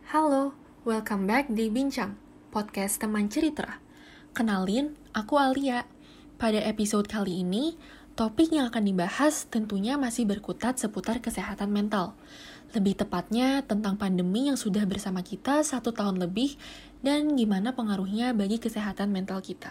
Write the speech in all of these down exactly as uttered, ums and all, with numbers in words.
Halo, welcome back di Bincang, podcast teman cerita. Kenalin, aku Alia. Pada episode kali ini, topik yang akan dibahas tentunya masih berkutat seputar kesehatan mental. Lebih tepatnya tentang pandemi yang sudah bersama kita satu tahun lebih dan gimana pengaruhnya bagi kesehatan mental kita.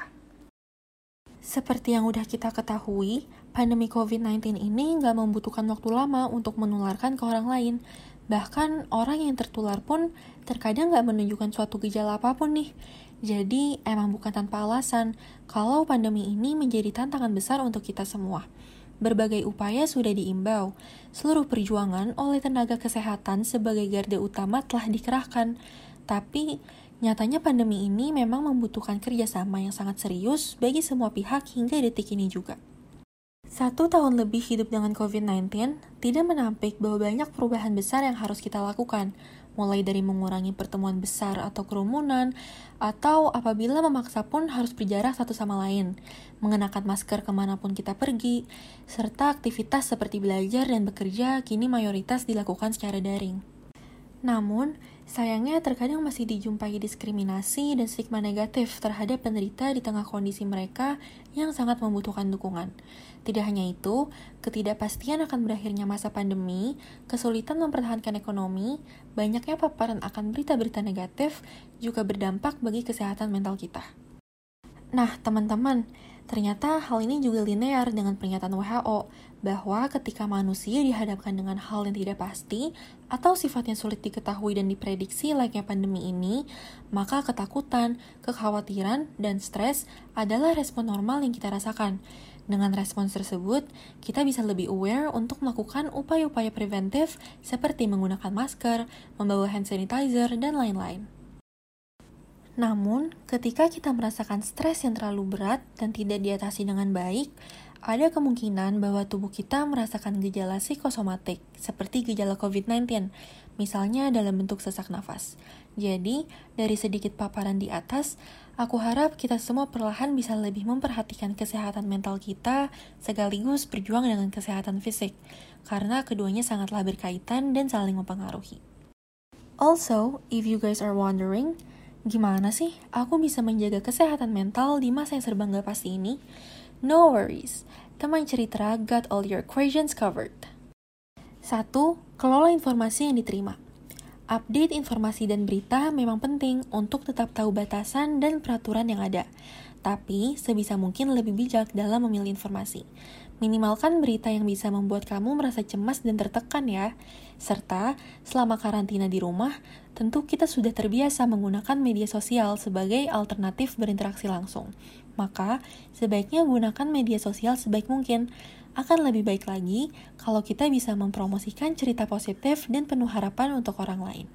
Seperti yang udah kita ketahui, pandemi covid sembilan belas ini nggak membutuhkan waktu lama untuk menularkan ke orang lain. Bahkan orang yang tertular pun terkadang nggak menunjukkan suatu gejala apapun nih. Jadi emang bukan tanpa alasan kalau pandemi ini menjadi tantangan besar untuk kita semua. Berbagai upaya sudah diimbau. Seluruh perjuangan oleh tenaga kesehatan sebagai garda utama telah dikerahkan. Tapi nyatanya pandemi ini memang membutuhkan kerjasama yang sangat serius bagi semua pihak hingga detik ini juga. Satu tahun lebih hidup dengan covid sembilan belas tidak menampik bahwa banyak perubahan besar yang harus kita lakukan, mulai dari mengurangi pertemuan besar atau kerumunan, atau apabila memaksa pun harus berjarak satu sama lain, mengenakan masker kemanapun kita pergi, serta aktivitas seperti belajar dan bekerja kini mayoritas dilakukan secara daring. Namun, sayangnya terkadang masih dijumpai diskriminasi dan stigma negatif terhadap penderita di tengah kondisi mereka yang sangat membutuhkan dukungan. Tidak hanya itu, ketidakpastian akan berakhirnya masa pandemi, kesulitan mempertahankan ekonomi, banyaknya paparan akan berita-berita negatif juga berdampak bagi kesehatan mental kita. Nah, teman-teman, ternyata hal ini juga linear dengan pernyataan W H O bahwa ketika manusia dihadapkan dengan hal yang tidak pasti atau sifatnya sulit diketahui dan diprediksi layaknya pandemi ini, maka ketakutan, kekhawatiran, dan stres adalah respon normal yang kita rasakan. Dengan respons tersebut, kita bisa lebih aware untuk melakukan upaya-upaya preventif seperti menggunakan masker, membawa hand sanitizer, dan lain-lain. Namun, ketika kita merasakan stres yang terlalu berat dan tidak diatasi dengan baik, ada kemungkinan bahwa tubuh kita merasakan gejala psikosomatik, seperti gejala covid sembilan belas, misalnya dalam bentuk sesak nafas. Jadi, dari sedikit paparan di atas, aku harap kita semua perlahan bisa lebih memperhatikan kesehatan mental kita, sekaligus berjuang dengan kesehatan fisik, karena keduanya sangatlah berkaitan dan saling mempengaruhi. Also, if you guys are wondering, gimana sih aku bisa menjaga kesehatan mental di masa yang serba nggak pasti ini? No worries, teman cerita got all your questions covered. Satu, kelola informasi yang diterima. Update informasi dan berita memang penting untuk tetap tahu batasan dan peraturan yang ada. Tapi, sebisa mungkin lebih bijak dalam memilih informasi. Minimalkan berita yang bisa membuat kamu merasa cemas dan tertekan ya. Serta, selama karantina di rumah, tentu kita sudah terbiasa menggunakan media sosial sebagai alternatif berinteraksi langsung. Maka, sebaiknya gunakan media sosial sebaik mungkin. Akan lebih baik lagi kalau kita bisa mempromosikan cerita positif dan penuh harapan untuk orang lain.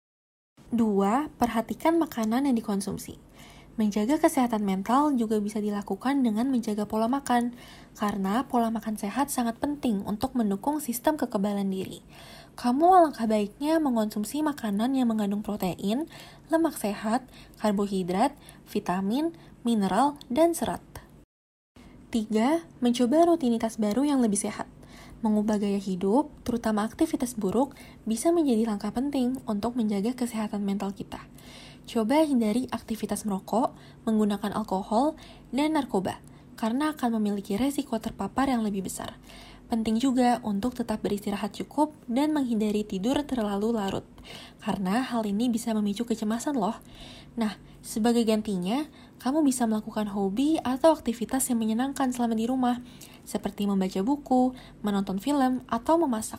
Dua, perhatikan makanan yang dikonsumsi. Menjaga kesehatan mental juga bisa dilakukan dengan menjaga pola makan, karena pola makan sehat sangat penting untuk mendukung sistem kekebalan diri. Kamu alangkah baiknya mengonsumsi makanan yang mengandung protein, lemak sehat, karbohidrat, vitamin, mineral, dan serat. Tiga, mencoba rutinitas baru yang lebih sehat. Mengubah gaya hidup, terutama aktivitas buruk, bisa menjadi langkah penting untuk menjaga kesehatan mental kita. Coba hindari aktivitas merokok, menggunakan alkohol, dan narkoba, karena akan memiliki resiko terpapar yang lebih besar. Penting juga untuk tetap beristirahat cukup dan menghindari tidur terlalu larut, karena hal ini bisa memicu kecemasan loh. Nah, sebagai gantinya, kamu bisa melakukan hobi atau aktivitas yang menyenangkan selama di rumah, seperti membaca buku, menonton film, atau memasak.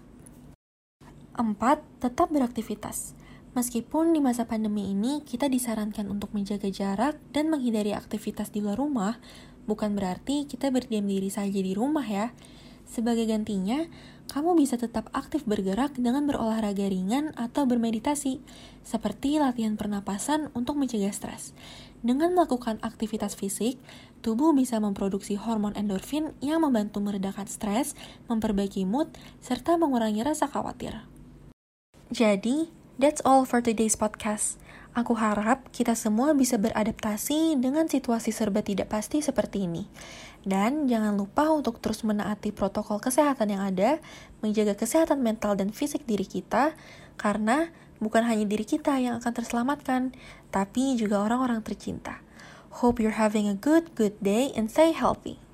Empat, tetap beraktivitas. Meskipun di masa pandemi ini kita disarankan untuk menjaga jarak dan menghindari aktivitas di luar rumah, bukan berarti kita berdiam diri saja di rumah ya. Sebagai gantinya, kamu bisa tetap aktif bergerak dengan berolahraga ringan atau bermeditasi, seperti latihan pernapasan untuk mencegah stres. Dengan melakukan aktivitas fisik, tubuh bisa memproduksi hormon endorfin yang membantu meredakan stres, memperbaiki mood, serta mengurangi rasa khawatir. Jadi, that's all for today's podcast. Aku harap kita semua bisa beradaptasi dengan situasi serba tidak pasti seperti ini. Dan jangan lupa untuk terus menaati protokol kesehatan yang ada, menjaga kesehatan mental dan fisik diri kita, karena bukan hanya diri kita yang akan terselamatkan, tapi juga orang-orang tercinta. Hope you're having a good, good day and stay healthy.